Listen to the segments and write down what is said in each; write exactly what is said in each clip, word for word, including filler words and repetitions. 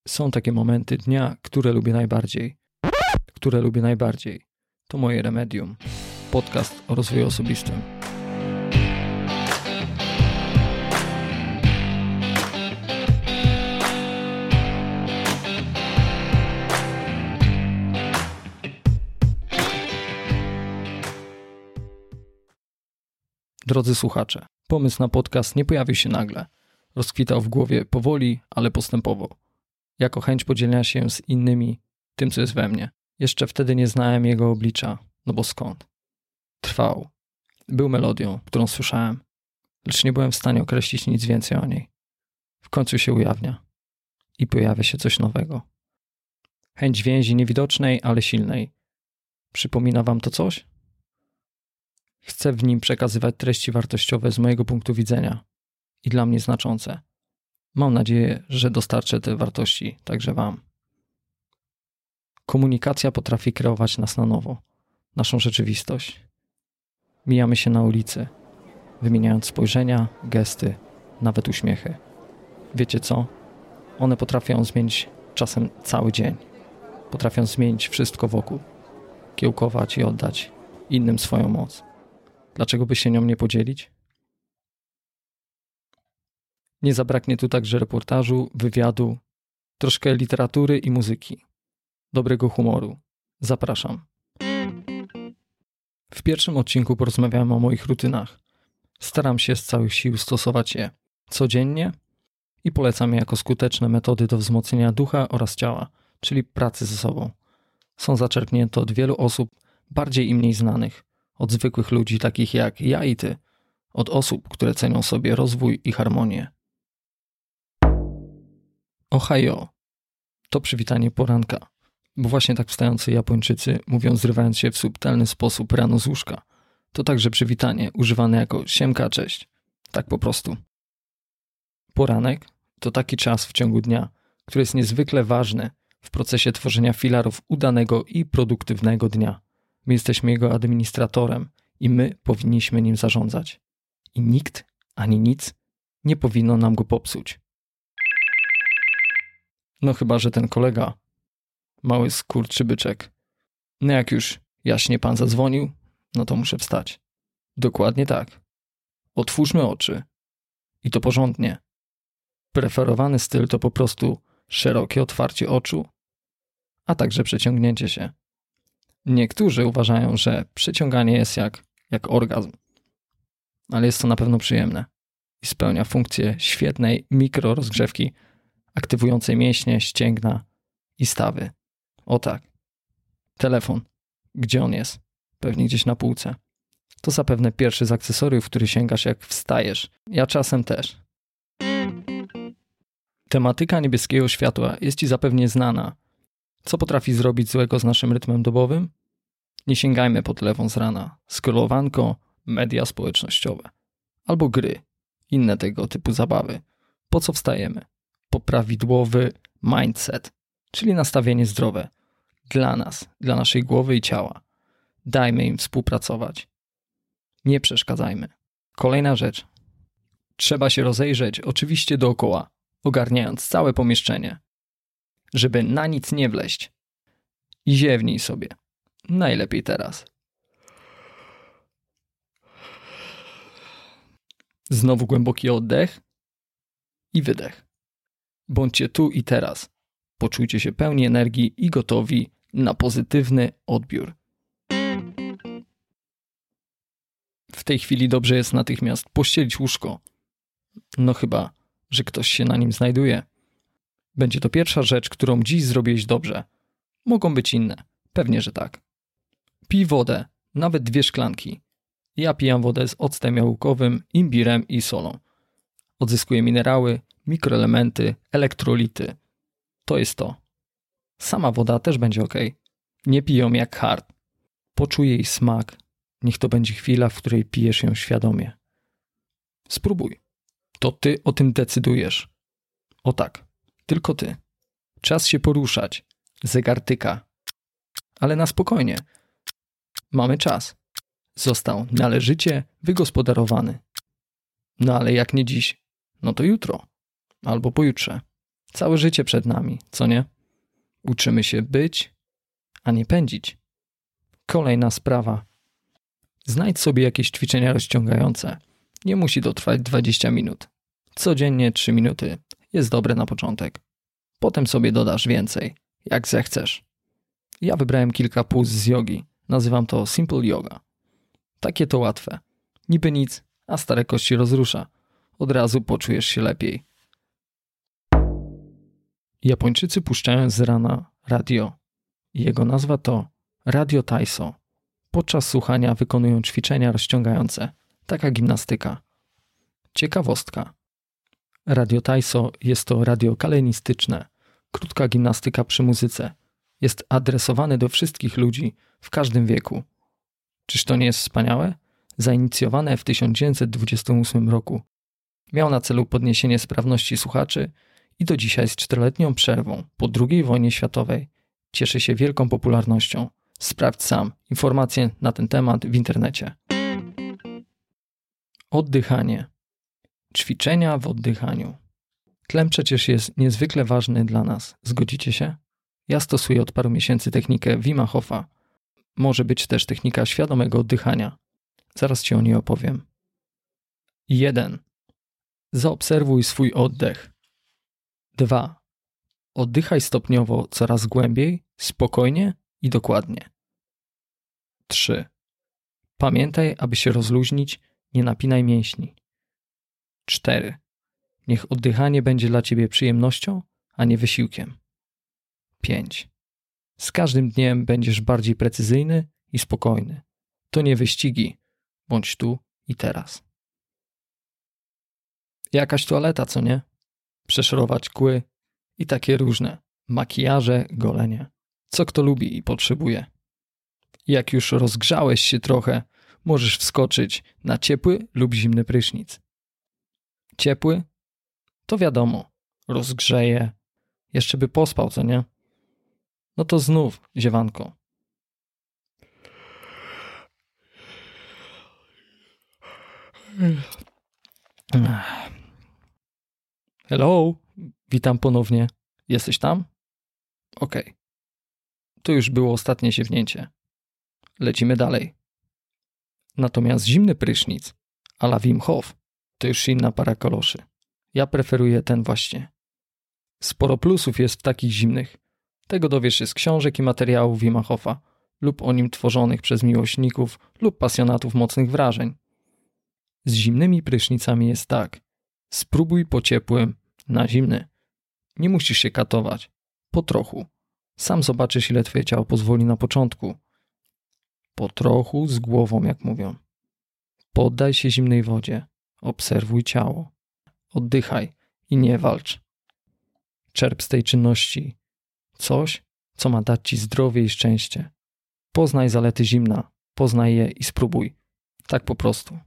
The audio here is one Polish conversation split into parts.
Są takie momenty dnia, które lubię najbardziej. Które lubię najbardziej. To moje remedium. Podcast o rozwoju osobistym. Drodzy słuchacze, pomysł na podcast nie pojawił się nagle. Rozkwitał w głowie powoli, ale postępowo. Jako chęć podzielenia się z innymi tym, co jest we mnie. Jeszcze wtedy nie znałem jego oblicza, no bo skąd? Trwał. Był melodią, którą słyszałem, lecz nie byłem w stanie określić nic więcej o niej. W końcu się ujawnia i pojawia się coś nowego. Chęć więzi niewidocznej, ale silnej. Przypomina wam to coś? Chcę w nim przekazywać treści wartościowe z mojego punktu widzenia i dla mnie znaczące. Mam nadzieję, że dostarczę te wartości także wam. Komunikacja potrafi kreować nas na nowo, naszą rzeczywistość. Mijamy się na ulicy, wymieniając spojrzenia, gesty, nawet uśmiechy. Wiecie co? One potrafią zmienić czasem cały dzień. Potrafią zmienić wszystko wokół. Kiełkować i oddać innym swoją moc. Dlaczego by się nią nie podzielić? Nie zabraknie tu także reportażu, wywiadu, troszkę literatury i muzyki. Dobrego humoru. Zapraszam. W pierwszym odcinku porozmawiałem o moich rutynach. Staram się z całych sił stosować je codziennie i polecam je jako skuteczne metody do wzmocnienia ducha oraz ciała, czyli pracy ze sobą. Są zaczerpnięte od wielu osób bardziej i mniej znanych, od zwykłych ludzi takich jak ja i ty, od osób, które cenią sobie rozwój i harmonię. Ohajo, to przywitanie poranka, bo właśnie tak wstający Japończycy mówią, zrywając się w subtelny sposób rano z łóżka. To także przywitanie używane jako siemka, cześć, tak po prostu. Poranek to taki czas w ciągu dnia, który jest niezwykle ważny w procesie tworzenia filarów udanego i produktywnego dnia. My jesteśmy jego administratorem i my powinniśmy nim zarządzać. I nikt, ani nic nie powinno nam go popsuć. No chyba, że ten kolega, mały skurczybyczek. No jak już jaśnie pan zadzwonił, no to muszę wstać. Dokładnie tak. Otwórzmy oczy. I to porządnie. Preferowany styl to po prostu szerokie otwarcie oczu, a także przeciągnięcie się. Niektórzy uważają, że przeciąganie jest jak, jak orgazm, ale jest to na pewno przyjemne i spełnia funkcję świetnej mikrorozgrzewki aktywującej mięśnie, ścięgna i stawy. O tak. Telefon. Gdzie on jest? Pewnie gdzieś na półce. To zapewne pierwszy z akcesoriów, który sięgasz jak wstajesz. Ja czasem też. Tematyka niebieskiego światła jest ci zapewne znana. Co potrafi zrobić złego z naszym rytmem dobowym? Nie sięgajmy po telefon z rana. Scrollowanko, media społecznościowe. Albo gry. Inne tego typu zabawy. Po co wstajemy? Po prawidłowy mindset, czyli nastawienie zdrowe. Dla nas, dla naszej głowy i ciała. Dajmy im współpracować. Nie przeszkadzajmy. Kolejna rzecz. Trzeba się rozejrzeć oczywiście dookoła, ogarniając całe pomieszczenie, żeby na nic nie wleść. I ziewnij sobie. Najlepiej teraz. Znowu głęboki oddech i wydech. Bądźcie tu i teraz. Poczujcie się pełni energii i gotowi na pozytywny odbiór. W tej chwili dobrze jest natychmiast pościelić łóżko. No chyba, że ktoś się na nim znajduje. Będzie to pierwsza rzecz, którą dziś zrobiłeś dobrze. Mogą być inne. Pewnie, że tak. Pij wodę, nawet dwie szklanki. Ja pijam wodę z octem jałówkowym, imbirem i solą. Odzyskuję minerały, mikroelementy, elektrolity. To jest to. Sama woda też będzie ok. Nie pij ją jak hard. Poczuj jej smak. Niech to będzie chwila, w której pijesz ją świadomie. Spróbuj. To ty o tym decydujesz. O tak. Tylko ty. Czas się poruszać. Zegar tyka. Ale na spokojnie. Mamy czas. Został należycie wygospodarowany. No ale jak nie dziś, no to jutro. Albo pojutrze. Całe życie przed nami, co nie? Uczymy się być, a nie pędzić. Kolejna sprawa. Znajdź sobie jakieś ćwiczenia rozciągające. Nie musi to trwać dwadzieścia minut. Codziennie trzy minuty. Jest dobre na początek. Potem sobie dodasz więcej, jak zechcesz. Ja wybrałem kilka póz z jogi. Nazywam to Simple Yoga. Takie to łatwe. Niby nic, a stare kości rozrusza. Od razu poczujesz się lepiej. Japończycy puszczają z rana radio. Jego nazwa to Radio Taiso. Podczas słuchania wykonują ćwiczenia rozciągające. Taka gimnastyka. Ciekawostka. Radio Taiso jest to radio kalenistyczne. Krótka gimnastyka przy muzyce. Jest adresowany do wszystkich ludzi w każdym wieku. Czyż to nie jest wspaniałe? Zainicjowane w tysiąc dziewięćset dwudziestym ósmym roku. Miał na celu podniesienie sprawności słuchaczy i do dzisiaj z czteroletnią przerwą po drugiej wojnie światowej cieszy się wielką popularnością. Sprawdź sam. Informacje na ten temat w internecie. Oddychanie. Ćwiczenia w oddychaniu. Tlen przecież jest niezwykle ważny dla nas. Zgodzicie się? Ja stosuję od paru miesięcy technikę Wima Hofa. Może być też technika świadomego oddychania. Zaraz Ci o niej opowiem. jeden. Zaobserwuj swój oddech. dwa. Oddychaj stopniowo coraz głębiej, spokojnie i dokładnie. trzy. Pamiętaj, aby się rozluźnić, nie napinaj mięśni. cztery. Niech oddychanie będzie dla Ciebie przyjemnością, a nie wysiłkiem. pięć. Z każdym dniem będziesz bardziej precyzyjny i spokojny. To nie wyścigi. Bądź tu i teraz. Jakaś toaleta, co nie? Przeszorować kły i takie różne. Makijaże, golenie. Co kto lubi i potrzebuje. Jak już rozgrzałeś się trochę, możesz wskoczyć na ciepły lub zimny prysznic. Ciepły? To wiadomo. Rozgrzeje. Jeszcze by pospał, co nie? No to znów ziewanko. Hello, witam ponownie. Jesteś tam? Okej. Okay. To już było ostatnie ziewnięcie. Lecimy dalej. Natomiast zimny prysznic, a la Wim Hof, to już inna para kaloszy. Ja preferuję ten właśnie. Sporo plusów jest w takich zimnych. Tego dowiesz się z książek i materiałów Wima Hofa lub o nim tworzonych przez miłośników lub pasjonatów mocnych wrażeń. Z zimnymi prysznicami jest tak. Spróbuj po ciepłym na zimny. Nie musisz się katować. Po trochu. Sam zobaczysz, ile twoje ciało pozwoli na początku. Po trochu z głową, jak mówią. Poddaj się zimnej wodzie. Obserwuj ciało. Oddychaj i nie walcz. Czerp z tej czynności coś, co ma dać ci zdrowie i szczęście. Poznaj zalety zimna. Poznaj je i spróbuj. Tak po prostu.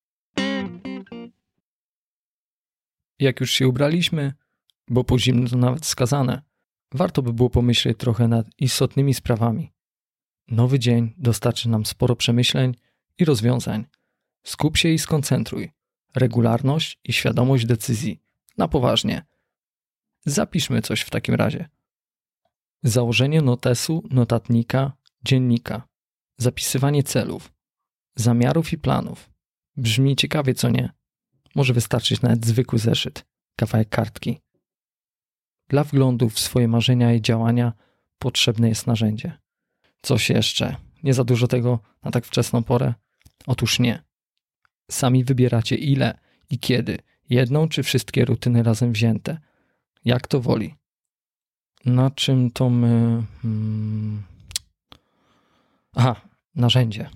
Jak już się ubraliśmy, bo po zimno to nawet skazane, warto by było pomyśleć trochę nad istotnymi sprawami. Nowy dzień dostarczy nam sporo przemyśleń i rozwiązań. Skup się i skoncentruj. Regularność i świadomość decyzji. Na poważnie. Zapiszmy coś w takim razie. Założenie notesu, notatnika, dziennika. Zapisywanie celów, zamiarów i planów. Brzmi ciekawie, co nie? Może wystarczyć nawet zwykły zeszyt, kawałek kartki. Dla wglądu w swoje marzenia i działania potrzebne jest narzędzie. Coś jeszcze? Nie za dużo tego na tak wczesną porę? Otóż nie. Sami wybieracie ile i kiedy, jedną czy wszystkie rutyny razem wzięte. Jak to woli. Na czym to my... Hmm... Aha, narzędzie.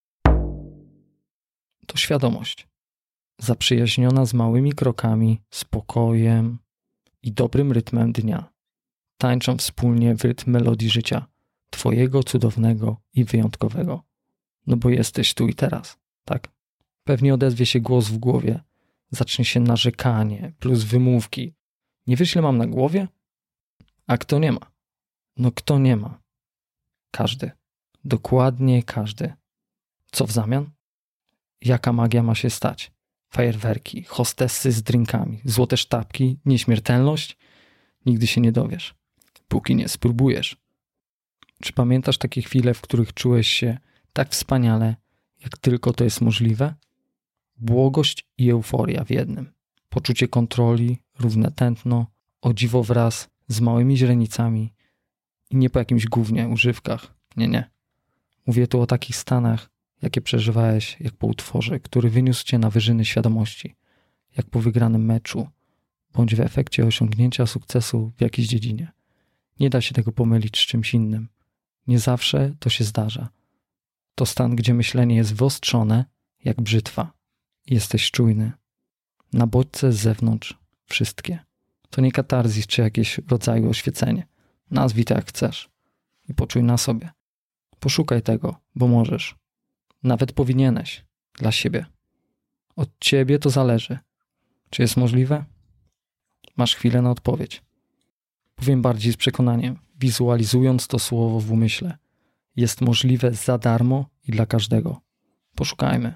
To świadomość. Zaprzyjaźniona z małymi krokami, spokojem i dobrym rytmem dnia. Tańczą wspólnie w rytm melodii życia, twojego cudownego i wyjątkowego. No bo jesteś tu i teraz, tak? Pewnie odezwie się głos w głowie, zacznie się narzekanie plus wymówki. Nie wiesz, ile mam na głowie? A kto nie ma? No kto nie ma? Każdy. Dokładnie każdy. Co w zamian? Jaka magia ma się stać? Fajerwerki, hostessy z drinkami, złote sztabki, nieśmiertelność? Nigdy się nie dowiesz, póki nie spróbujesz. Czy pamiętasz takie chwile, w których czułeś się tak wspaniale, jak tylko to jest możliwe? Błogość i euforia w jednym. Poczucie kontroli, równe tętno, o dziwo wraz z małymi źrenicami i nie po jakimś gównie, używkach. Nie, nie. Mówię tu o takich stanach, jakie przeżywałeś jak po utworze, który wyniósł cię na wyżyny świadomości, jak po wygranym meczu, bądź w efekcie osiągnięcia sukcesu w jakiejś dziedzinie. Nie da się tego pomylić z czymś innym. Nie zawsze to się zdarza. To stan, gdzie myślenie jest wyostrzone, jak brzytwa. Jesteś czujny. Na bodźce z zewnątrz wszystkie. To nie katarzis czy jakieś rodzaju oświecenie. Nazwij to jak chcesz. I poczuj na sobie. Poszukaj tego, bo możesz. Nawet powinieneś. Dla siebie. Od ciebie to zależy. Czy jest możliwe? Masz chwilę na odpowiedź. Powiem bardziej z przekonaniem, wizualizując to słowo w umyśle. Jest możliwe za darmo i dla każdego. Poszukajmy.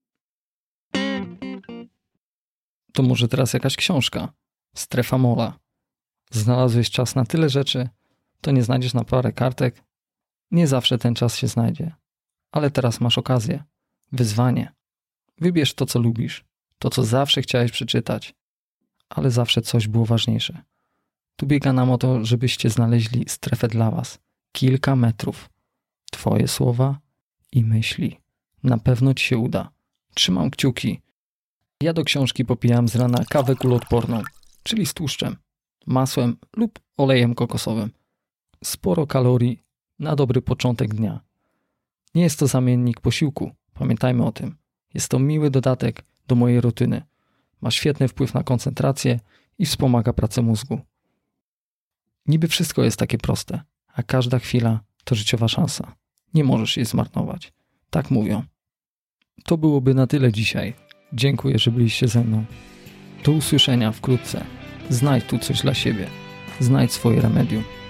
To może teraz jakaś książka. Strefa mola. Znalazłeś czas na tyle rzeczy, to nie znajdziesz na parę kartek? Nie zawsze ten czas się znajdzie. Ale teraz masz okazję. Wyzwanie. Wybierz to, co lubisz. To, co zawsze chciałeś przeczytać. Ale zawsze coś było ważniejsze. Tu biega nam o to, żebyście znaleźli strefę dla was. Kilka metrów. Twoje słowa i myśli. Na pewno ci się uda. Trzymam kciuki. Ja do książki popijam z rana kawę kuloodporną, czyli z tłuszczem, masłem lub olejem kokosowym. Sporo kalorii na dobry początek dnia. Nie jest to zamiennik posiłku, pamiętajmy o tym. Jest to miły dodatek do mojej rutyny. Ma świetny wpływ na koncentrację i wspomaga pracę mózgu. Niby wszystko jest takie proste, a każda chwila to życiowa szansa. Nie możesz jej zmarnować. Tak mówią. To byłoby na tyle dzisiaj. Dziękuję, że byliście ze mną. Do usłyszenia wkrótce. Znajdź tu coś dla siebie. Znajdź swoje remedium.